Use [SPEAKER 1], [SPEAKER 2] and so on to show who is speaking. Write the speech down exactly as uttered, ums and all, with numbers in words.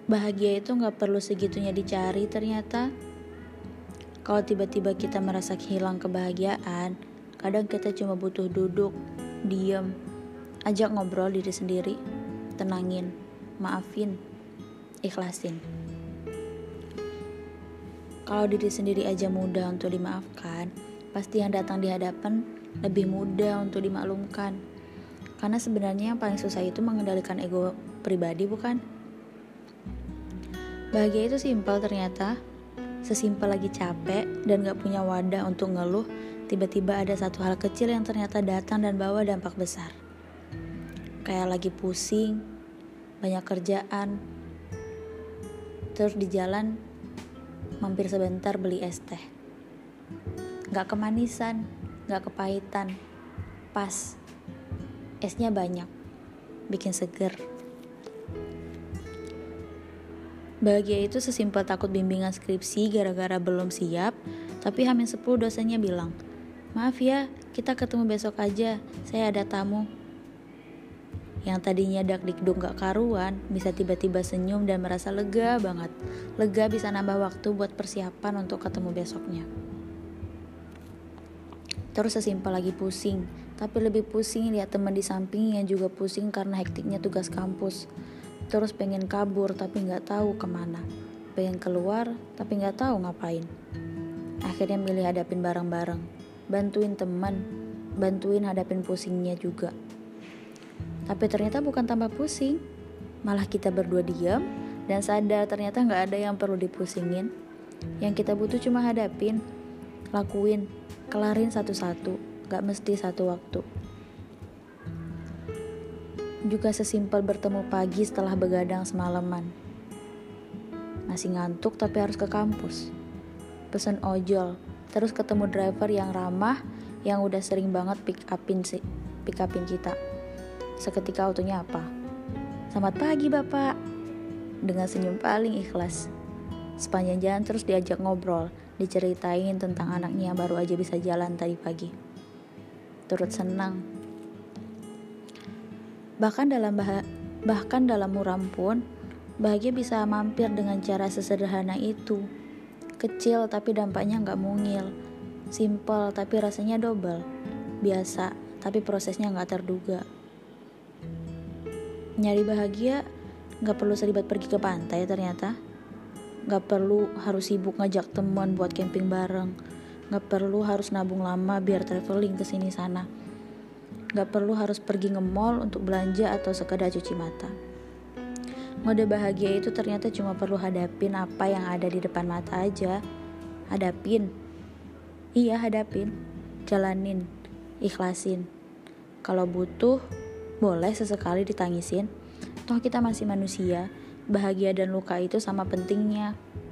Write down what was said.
[SPEAKER 1] Bahagia itu gak perlu segitunya dicari ternyata. Kalau tiba-tiba kita merasa hilang kebahagiaan, kadang kita cuma butuh duduk, diem, ajak ngobrol diri sendiri, tenangin, maafin, ikhlasin. Kalau diri sendiri aja mudah untuk dimaafkan, pasti yang datang di hadapan lebih mudah untuk dimaklumkan. Karena sebenarnya yang paling susah itu mengendalikan ego pribadi, bukan? Bahagia itu simpel ternyata. Sesimpel lagi capek dan gak punya wadah untuk ngeluh, tiba-tiba ada satu hal kecil yang ternyata datang dan bawa dampak besar. Kayak lagi pusing, banyak kerjaan, terus di jalan mampir sebentar beli es teh. Gak kemanisan, gak kepahitan, pas. Esnya banyak, bikin seger. Bahagia itu sesimpel takut bimbingan skripsi gara-gara belum siap, tapi hamin sepuluh dosennya bilang, maaf ya, kita ketemu besok aja, saya ada tamu. Yang tadinya dak-dikduk gak karuan, bisa tiba-tiba senyum dan merasa lega banget. Lega bisa nambah waktu buat persiapan untuk ketemu besoknya. Terus sesimpel lagi pusing, tapi lebih pusing lihat teman di samping yang juga pusing karena hektiknya tugas kampus. Terus pengen kabur tapi gak tahu kemana. Pengen keluar tapi gak tahu ngapain. Akhirnya milih hadapin bareng-bareng. Bantuin teman, bantuin hadapin pusingnya juga. Tapi ternyata bukan tambah pusing. Malah kita berdua diam dan sadar ternyata gak ada yang perlu dipusingin. Yang kita butuh cuma hadapin, lakuin, kelarin satu-satu. Gak mesti satu waktu. Juga sesimpel bertemu pagi setelah begadang semalaman. Masih ngantuk tapi harus ke kampus. Pesen ojol, terus ketemu driver yang ramah, yang udah sering banget pick upin si, pick upin kita. Seketika autonya apa? Selamat pagi bapak. Dengan senyum paling ikhlas. Sepanjang jalan terus diajak ngobrol, diceritain tentang anaknya yang baru aja bisa jalan tadi pagi. Turut senang. Bahkan dalam bah- bahkan dalam muram pun, bahagia bisa mampir dengan cara sesederhana itu. Kecil tapi dampaknya gak mungil. Simple tapi rasanya double. Biasa tapi prosesnya gak terduga. Nyari bahagia gak perlu seribet pergi ke pantai ternyata. Gak perlu harus sibuk ngajak teman buat camping bareng. Gak perlu harus nabung lama biar traveling kesini sana. Gak perlu harus pergi nge-mall untuk belanja atau sekedar cuci mata. Mode bahagia itu ternyata cuma perlu hadapin apa yang ada di depan mata aja. Hadapin. Iya hadapin. Jalanin. Ikhlasin. Kalau butuh, boleh sesekali ditangisin. Toh kita masih manusia. Bahagia dan luka itu sama pentingnya.